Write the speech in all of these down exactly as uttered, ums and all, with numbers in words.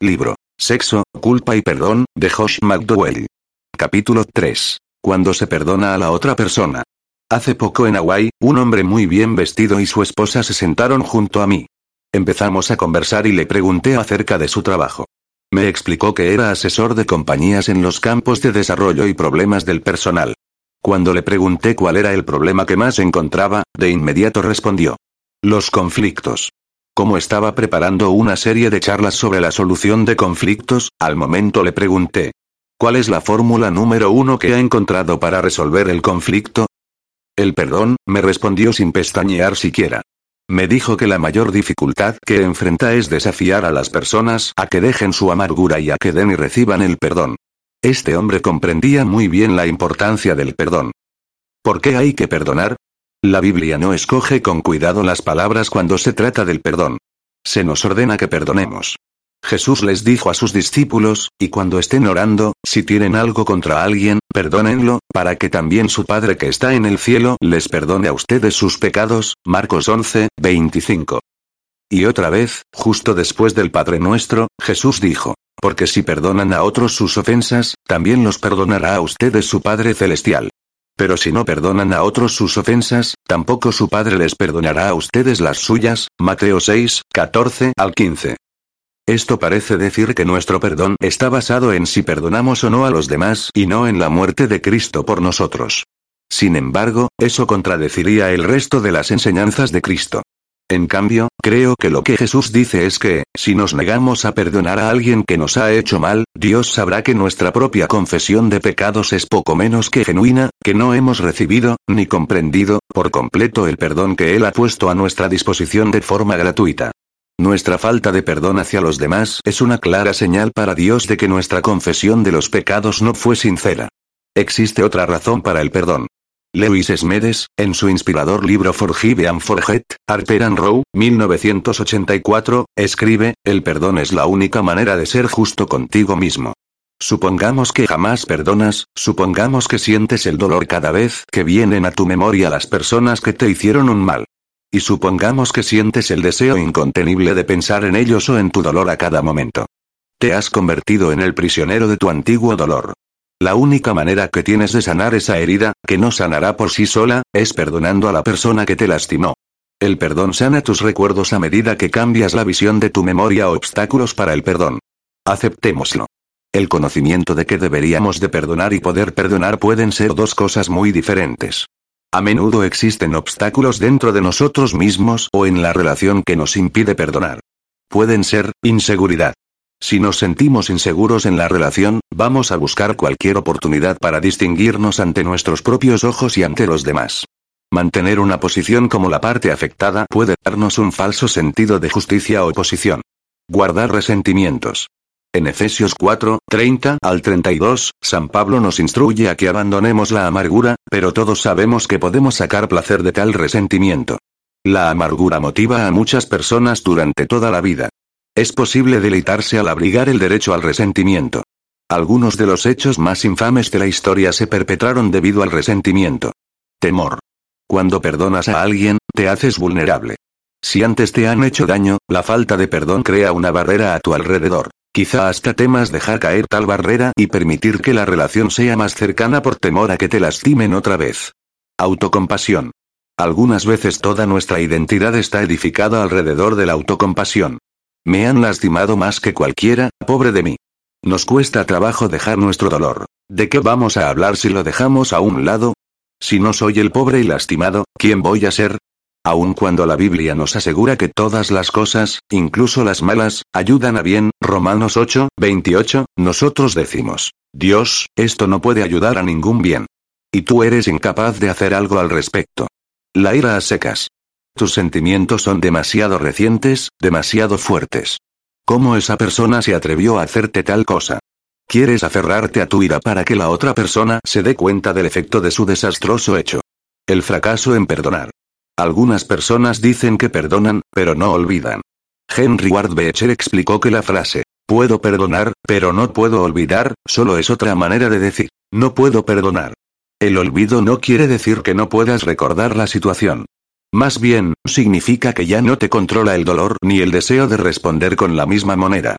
Libro, Sexo, Culpa y Perdón, de Josh McDowell. Capítulo tres. Cuando se perdona a la otra persona. Hace poco en Hawái, un hombre muy bien vestido y su esposa se sentaron junto a mí. Empezamos a conversar y le pregunté acerca de su trabajo. Me explicó que era asesor de compañías en los campos de desarrollo y problemas del personal. Cuando le pregunté cuál era el problema que más encontraba, de inmediato respondió: los conflictos. Como estaba preparando una serie de charlas sobre la solución de conflictos, al momento le pregunté: ¿cuál es la fórmula número uno que ha encontrado para resolver el conflicto? El perdón, me respondió sin pestañear siquiera. Me dijo que la mayor dificultad que enfrenta es desafiar a las personas a que dejen su amargura y a que den y reciban el perdón. Este hombre comprendía muy bien la importancia del perdón. ¿Por qué hay que perdonar? La Biblia no escoge con cuidado las palabras cuando se trata del perdón. Se nos ordena que perdonemos. Jesús les dijo a sus discípulos, y cuando estén orando, si tienen algo contra alguien, perdónenlo, para que también su Padre que está en el cielo les perdone a ustedes sus pecados. Marcos once, veinticinco. Y otra vez, justo después del Padre Nuestro, Jesús dijo: porque si perdonan a otros sus ofensas, también los perdonará a ustedes su Padre Celestial. Pero si no perdonan a otros sus ofensas, tampoco su Padre les perdonará a ustedes las suyas. Mateo seis, catorce al quince. Esto parece decir que nuestro perdón está basado en si perdonamos o no a los demás y no en la muerte de Cristo por nosotros. Sin embargo, eso contradeciría el resto de las enseñanzas de Cristo. En cambio, creo que lo que Jesús dice es que, si nos negamos a perdonar a alguien que nos ha hecho mal, Dios sabrá que nuestra propia confesión de pecados es poco menos que genuina, que no hemos recibido, ni comprendido, por completo el perdón que Él ha puesto a nuestra disposición de forma gratuita. Nuestra falta de perdón hacia los demás es una clara señal para Dios de que nuestra confesión de los pecados no fue sincera. Existe otra razón para el perdón. Lewis Smedes, en su inspirador libro Forgive and Forget, Harper and Row, mil novecientos ochenta y cuatro, escribe: el perdón es la única manera de ser justo contigo mismo. Supongamos que jamás perdonas, supongamos que sientes el dolor cada vez que vienen a tu memoria las personas que te hicieron un mal. Y supongamos que sientes el deseo incontenible de pensar en ellos o en tu dolor a cada momento. Te has convertido en el prisionero de tu antiguo dolor. La única manera que tienes de sanar esa herida, que no sanará por sí sola, es perdonando a la persona que te lastimó. El perdón sana tus recuerdos a medida que cambias la visión de tu memoria o obstáculos para el perdón. Aceptémoslo. El conocimiento de que deberíamos de perdonar y poder perdonar pueden ser dos cosas muy diferentes. A menudo existen obstáculos dentro de nosotros mismos o en la relación que nos impide perdonar. Pueden ser inseguridad. Si nos sentimos inseguros en la relación, vamos a buscar cualquier oportunidad para distinguirnos ante nuestros propios ojos y ante los demás. Mantener una posición como la parte afectada puede darnos un falso sentido de justicia o posición. Guardar resentimientos. En Efesios cuatro, treinta al treinta y dos, San Pablo nos instruye a que abandonemos la amargura, pero todos sabemos que podemos sacar placer de tal resentimiento. La amargura motiva a muchas personas durante toda la vida. Es posible deleitarse al abrigar el derecho al resentimiento. Algunos de los hechos más infames de la historia se perpetraron debido al resentimiento. Temor. Cuando perdonas a alguien, te haces vulnerable. Si antes te han hecho daño, la falta de perdón crea una barrera a tu alrededor. Quizá hasta temas dejar caer tal barrera y permitir que la relación sea más cercana por temor a que te lastimen otra vez. Autocompasión. Algunas veces toda nuestra identidad está edificada alrededor de la autocompasión. Me han lastimado más que cualquiera, pobre de mí. Nos cuesta trabajo dejar nuestro dolor. ¿De qué vamos a hablar si lo dejamos a un lado? Si no soy el pobre y lastimado, ¿quién voy a ser? Aun cuando la Biblia nos asegura que todas las cosas, incluso las malas, ayudan a bien, Romanos ocho, veintiocho, nosotros decimos: Dios, esto no puede ayudar a ningún bien. Y tú eres incapaz de hacer algo al respecto. La ira a secas. Tus sentimientos son demasiado recientes, demasiado fuertes. ¿Cómo esa persona se atrevió a hacerte tal cosa? Quieres aferrarte a tu ira para que la otra persona se dé cuenta del efecto de su desastroso hecho. El fracaso en perdonar. Algunas personas dicen que perdonan, pero no olvidan. Henry Ward Beecher explicó que la frase, puedo perdonar, pero no puedo olvidar, solo es otra manera de decir, no puedo perdonar. El olvido no quiere decir que no puedas recordar la situación. Más bien, significa que ya no te controla el dolor ni el deseo de responder con la misma moneda.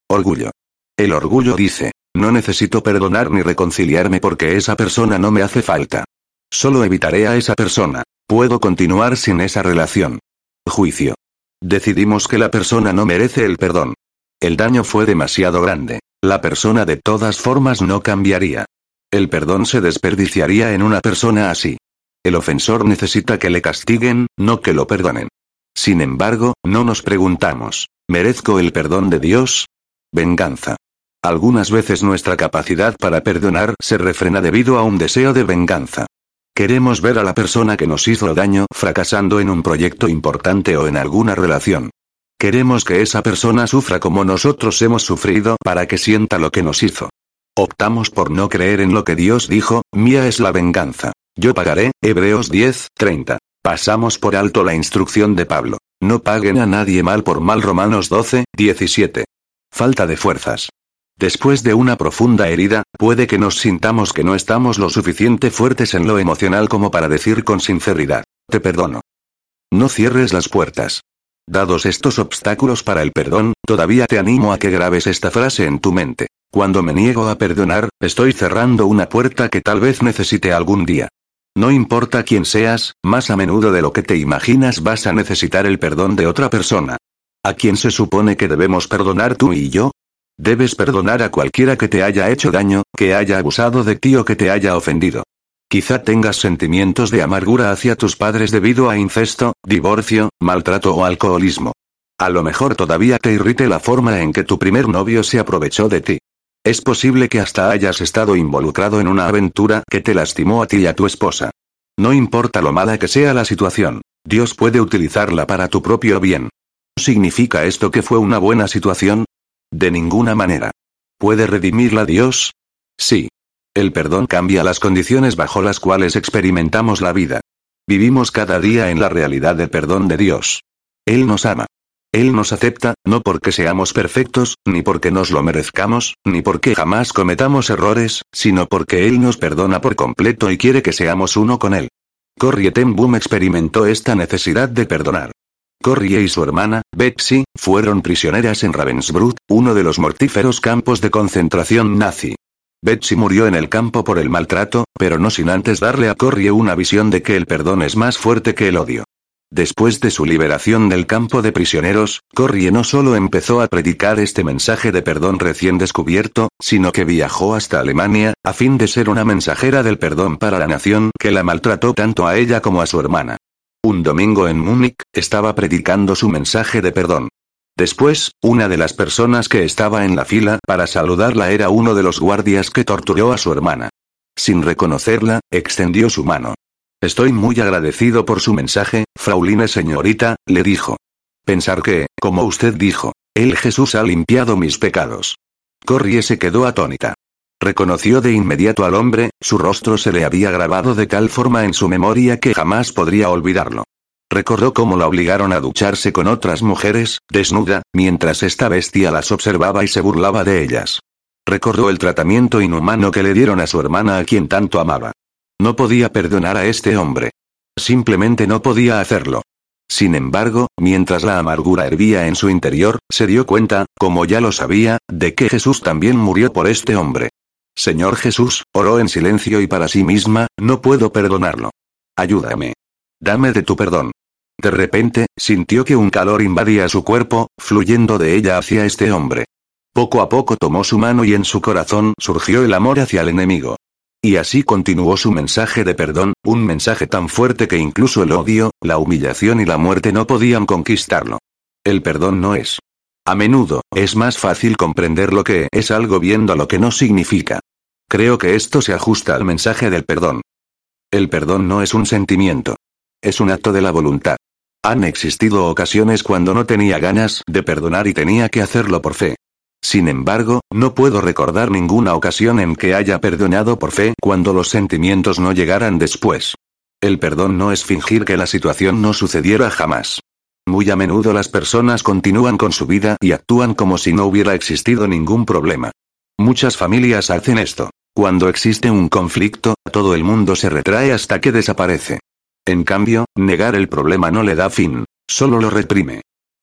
Orgullo. El orgullo dice, no necesito perdonar ni reconciliarme porque esa persona no me hace falta. Solo evitaré a esa persona. Puedo continuar sin esa relación. Juicio. Decidimos que la persona no merece el perdón. El daño fue demasiado grande. La persona de todas formas no cambiaría. El perdón se desperdiciaría en una persona así. El ofensor necesita que le castiguen, no que lo perdonen. Sin embargo, no nos preguntamos, ¿merezco el perdón de Dios? Venganza. Algunas veces nuestra capacidad para perdonar se refrena debido a un deseo de venganza. Queremos ver a la persona que nos hizo daño fracasando en un proyecto importante o en alguna relación. Queremos que esa persona sufra como nosotros hemos sufrido para que sienta lo que nos hizo. Optamos por no creer en lo que Dios dijo, mía es la venganza. Yo pagaré, Hebreos diez, treinta. Pasamos por alto la instrucción de Pablo. No paguen a nadie mal por mal, Romanos doce, diecisiete. Falta de fuerzas. Después de una profunda herida, puede que nos sintamos que no estamos lo suficiente fuertes en lo emocional como para decir con sinceridad, te perdono. No cierres las puertas. Dados estos obstáculos para el perdón, todavía te animo a que grabes esta frase en tu mente. Cuando me niego a perdonar, estoy cerrando una puerta que tal vez necesite algún día. No importa quién seas, más a menudo de lo que te imaginas vas a necesitar el perdón de otra persona. ¿A quién se supone que debemos perdonar tú y yo? Debes perdonar a cualquiera que te haya hecho daño, que haya abusado de ti o que te haya ofendido. Quizá tengas sentimientos de amargura hacia tus padres debido a incesto, divorcio, maltrato o alcoholismo. A lo mejor todavía te irrite la forma en que tu primer novio se aprovechó de ti. Es posible que hasta hayas estado involucrado en una aventura que te lastimó a ti y a tu esposa. No importa lo mala que sea la situación, Dios puede utilizarla para tu propio bien. ¿Significa esto que fue una buena situación? De ninguna manera. ¿Puede redimirla Dios? Sí. El perdón cambia las condiciones bajo las cuales experimentamos la vida. Vivimos cada día en la realidad del perdón de Dios. Él nos ama. Él nos acepta, no porque seamos perfectos, ni porque nos lo merezcamos, ni porque jamás cometamos errores, sino porque Él nos perdona por completo y quiere que seamos uno con Él. Corrie ten Boom experimentó esta necesidad de perdonar. Corrie y su hermana, Betsy, fueron prisioneras en Ravensbrück, uno de los mortíferos campos de concentración nazi. Betsy murió en el campo por el maltrato, pero no sin antes darle a Corrie una visión de que el perdón es más fuerte que el odio. Después de su liberación del campo de prisioneros, Corrie no solo empezó a predicar este mensaje de perdón recién descubierto, sino que viajó hasta Alemania, a fin de ser una mensajera del perdón para la nación que la maltrató tanto a ella como a su hermana. Un domingo en Múnich, estaba predicando su mensaje de perdón. Después, una de las personas que estaba en la fila para saludarla era uno de los guardias que torturó a su hermana. Sin reconocerla, extendió su mano. Estoy muy agradecido por su mensaje, Frauline señorita, le dijo. Pensar que, como usted dijo, el Jesús ha limpiado mis pecados. Corrie se quedó atónita. Reconoció de inmediato al hombre, su rostro se le había grabado de tal forma en su memoria que jamás podría olvidarlo. Recordó cómo la obligaron a ducharse con otras mujeres, desnuda, mientras esta bestia las observaba y se burlaba de ellas. Recordó el tratamiento inhumano que le dieron a su hermana a quien tanto amaba. No podía perdonar a este hombre. Simplemente no podía hacerlo. Sin embargo, mientras la amargura hervía en su interior, se dio cuenta, como ya lo sabía, de que Jesús también murió por este hombre. Señor Jesús, oró en silencio y para sí misma, no puedo perdonarlo. Ayúdame. Dame de tu perdón. De repente, sintió que un calor invadía su cuerpo, fluyendo de ella hacia este hombre. Poco a poco tomó su mano y en su corazón surgió el amor hacia el enemigo. Y así continuó su mensaje de perdón, un mensaje tan fuerte que incluso el odio, la humillación y la muerte no podían conquistarlo. El perdón no es. A menudo, es más fácil comprender lo que es algo viendo lo que no significa. Creo que esto se ajusta al mensaje del perdón. El perdón no es un sentimiento. Es un acto de la voluntad. Han existido ocasiones cuando no tenía ganas de perdonar y tenía que hacerlo por fe. Sin embargo, no puedo recordar ninguna ocasión en que haya perdonado por fe cuando los sentimientos no llegaran después. El perdón no es fingir que la situación no sucediera jamás. Muy a menudo las personas continúan con su vida y actúan como si no hubiera existido ningún problema. Muchas familias hacen esto. Cuando existe un conflicto, todo el mundo se retrae hasta que desaparece. En cambio, negar el problema no le da fin, solo lo reprime.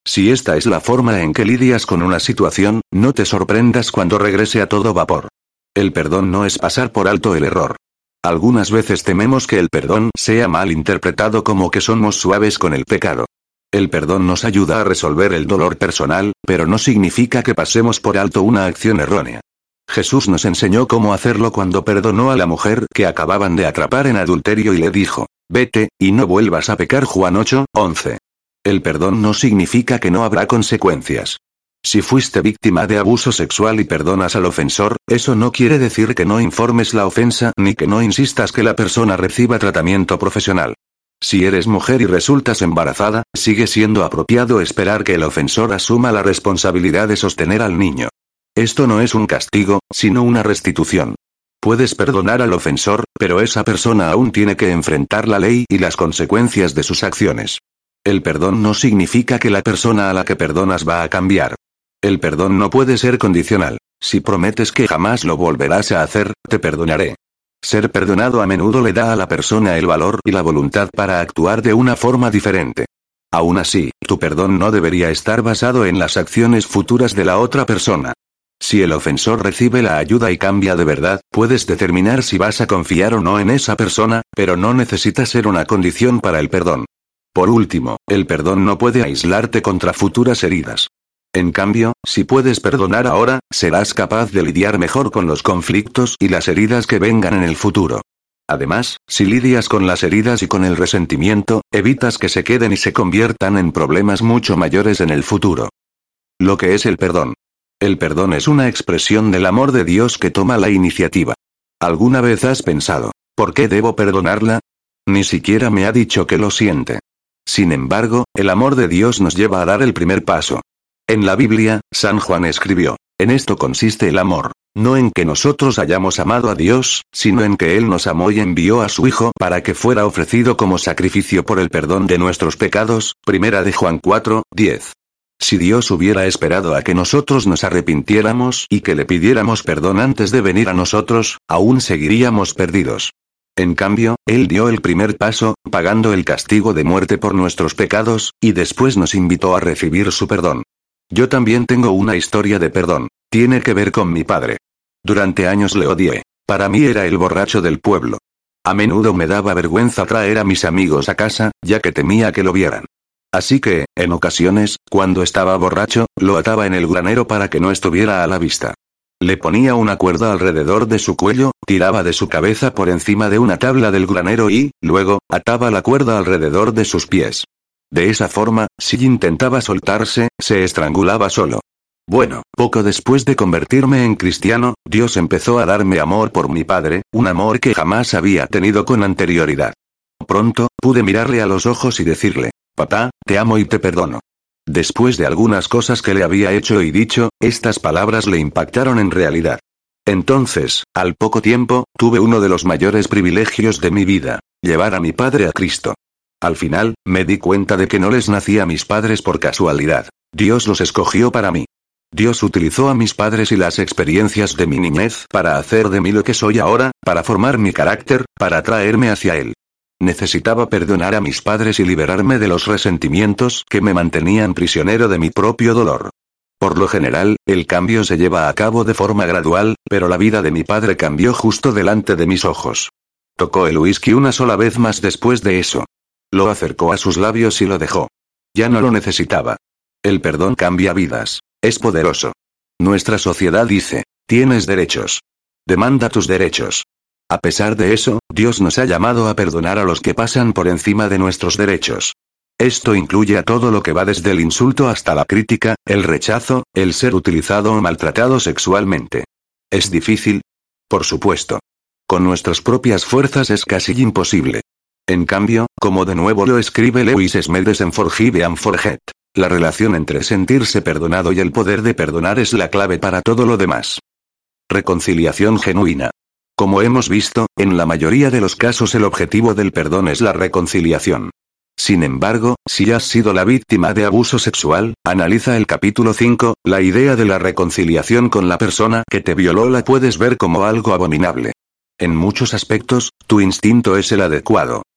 Si esta es la forma en que lidias con una situación, no te sorprendas cuando regrese a todo vapor. El perdón no es pasar por alto el error. Algunas veces tememos que el perdón sea mal interpretado como que somos suaves con el pecado. El perdón nos ayuda a resolver el dolor personal, pero no significa que pasemos por alto una acción errónea. Jesús nos enseñó cómo hacerlo cuando perdonó a la mujer que acababan de atrapar en adulterio y le dijo, vete, y no vuelvas a pecar. Juan ocho, once. El perdón no significa que no habrá consecuencias. Si fuiste víctima de abuso sexual y perdonas al ofensor, eso no quiere decir que no informes la ofensa ni que no insistas que la persona reciba tratamiento profesional. Si eres mujer y resultas embarazada, sigue siendo apropiado esperar que el ofensor asuma la responsabilidad de sostener al niño. Esto no es un castigo, sino una restitución. Puedes perdonar al ofensor, pero esa persona aún tiene que enfrentar la ley y las consecuencias de sus acciones. El perdón no significa que la persona a la que perdonas va a cambiar. El perdón no puede ser condicional. Si prometes que jamás lo volverás a hacer, te perdonaré. Ser perdonado a menudo le da a la persona el valor y la voluntad para actuar de una forma diferente. Aún así, tu perdón no debería estar basado en las acciones futuras de la otra persona. Si el ofensor recibe la ayuda y cambia de verdad, puedes determinar si vas a confiar o no en esa persona, pero no necesita ser una condición para el perdón. Por último, el perdón no puede aislarte contra futuras heridas. En cambio, si puedes perdonar ahora, serás capaz de lidiar mejor con los conflictos y las heridas que vengan en el futuro. Además, si lidias con las heridas y con el resentimiento, evitas que se queden y se conviertan en problemas mucho mayores en el futuro. Lo que es el perdón. El perdón es una expresión del amor de Dios que toma la iniciativa. ¿Alguna vez has pensado, ¿por qué debo perdonarla? Ni siquiera me ha dicho que lo siente. Sin embargo, el amor de Dios nos lleva a dar el primer paso. En la Biblia, San Juan escribió, en esto consiste el amor, no en que nosotros hayamos amado a Dios, sino en que Él nos amó y envió a su Hijo para que fuera ofrecido como sacrificio por el perdón de nuestros pecados. Primera de Juan cuatro, diez. Si Dios hubiera esperado a que nosotros nos arrepintiéramos y que le pidiéramos perdón antes de venir a nosotros, aún seguiríamos perdidos. En cambio, Él dio el primer paso, pagando el castigo de muerte por nuestros pecados, y después nos invitó a recibir su perdón. Yo también tengo una historia de perdón. Tiene que ver con mi padre. Durante años le odié. Para mí era el borracho del pueblo. A menudo me daba vergüenza traer a mis amigos a casa, ya que temía que lo vieran. Así que, en ocasiones, cuando estaba borracho, lo ataba en el granero para que no estuviera a la vista. Le ponía una cuerda alrededor de su cuello, tiraba de su cabeza por encima de una tabla del granero y, luego, ataba la cuerda alrededor de sus pies. De esa forma, si intentaba soltarse, se estrangulaba solo. Bueno, poco después de convertirme en cristiano, Dios empezó a darme amor por mi padre, un amor que jamás había tenido con anterioridad. Pronto, pude mirarle a los ojos y decirle, papá, te amo y te perdono. Después de algunas cosas que le había hecho y dicho, estas palabras le impactaron en realidad. Entonces, al poco tiempo, tuve uno de los mayores privilegios de mi vida, llevar a mi padre a Cristo. Al final, me di cuenta de que no les nací a mis padres por casualidad. Dios los escogió para mí. Dios utilizó a mis padres y las experiencias de mi niñez para hacer de mí lo que soy ahora, para formar mi carácter, para traerme hacia Él. Necesitaba perdonar a mis padres y liberarme de los resentimientos que me mantenían prisionero de mi propio dolor. Por lo general, el cambio se lleva a cabo de forma gradual, pero la vida de mi padre cambió justo delante de mis ojos. Tocó el whisky una sola vez más después de eso. Lo acercó a sus labios y lo dejó. Ya no lo necesitaba. El perdón cambia vidas. Es poderoso. Nuestra sociedad dice, tienes derechos. Demanda tus derechos. A pesar de eso, Dios nos ha llamado a perdonar a los que pasan por encima de nuestros derechos. Esto incluye a todo lo que va desde el insulto hasta la crítica, el rechazo, el ser utilizado o maltratado sexualmente. ¿Es difícil? Por supuesto. Con nuestras propias fuerzas es casi imposible. En cambio, como de nuevo lo escribe Lewis Smedes en Forgive and Forget, la relación entre sentirse perdonado y el poder de perdonar es la clave para todo lo demás. Reconciliación genuina. Como hemos visto, en la mayoría de los casos el objetivo del perdón es la reconciliación. Sin embargo, si has sido la víctima de abuso sexual, analiza el capítulo cinco, la idea de la reconciliación con la persona que te violó la puedes ver como algo abominable. En muchos aspectos, tu instinto es el adecuado.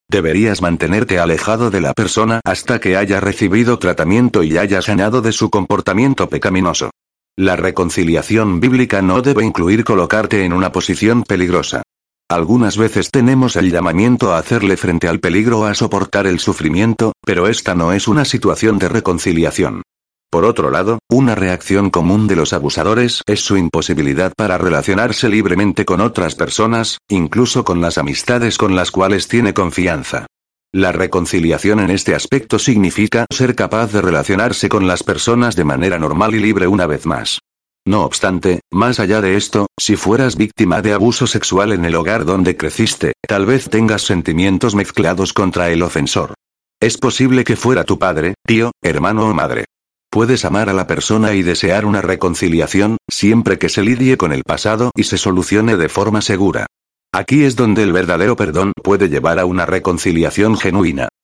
Deberías mantenerte alejado de la persona hasta que haya recibido tratamiento y haya sanado de su comportamiento pecaminoso. La reconciliación bíblica no debe incluir colocarte en una posición peligrosa. Algunas veces tenemos el llamamiento a hacerle frente al peligro o a soportar el sufrimiento, pero esta no es una situación de reconciliación. Por otro lado, una reacción común de los abusadores es su imposibilidad para relacionarse libremente con otras personas, incluso con las amistades con las cuales tiene confianza. La reconciliación en este aspecto significa ser capaz de relacionarse con las personas de manera normal y libre una vez más. No obstante, más allá de esto, si fueras víctima de abuso sexual en el hogar donde creciste, tal vez tengas sentimientos mezclados contra el ofensor. Es posible que fuera tu padre, tío, hermano o madre. Puedes amar a la persona y desear una reconciliación, siempre que se lidie con el pasado y se solucione de forma segura. Aquí es donde el verdadero perdón puede llevar a una reconciliación genuina.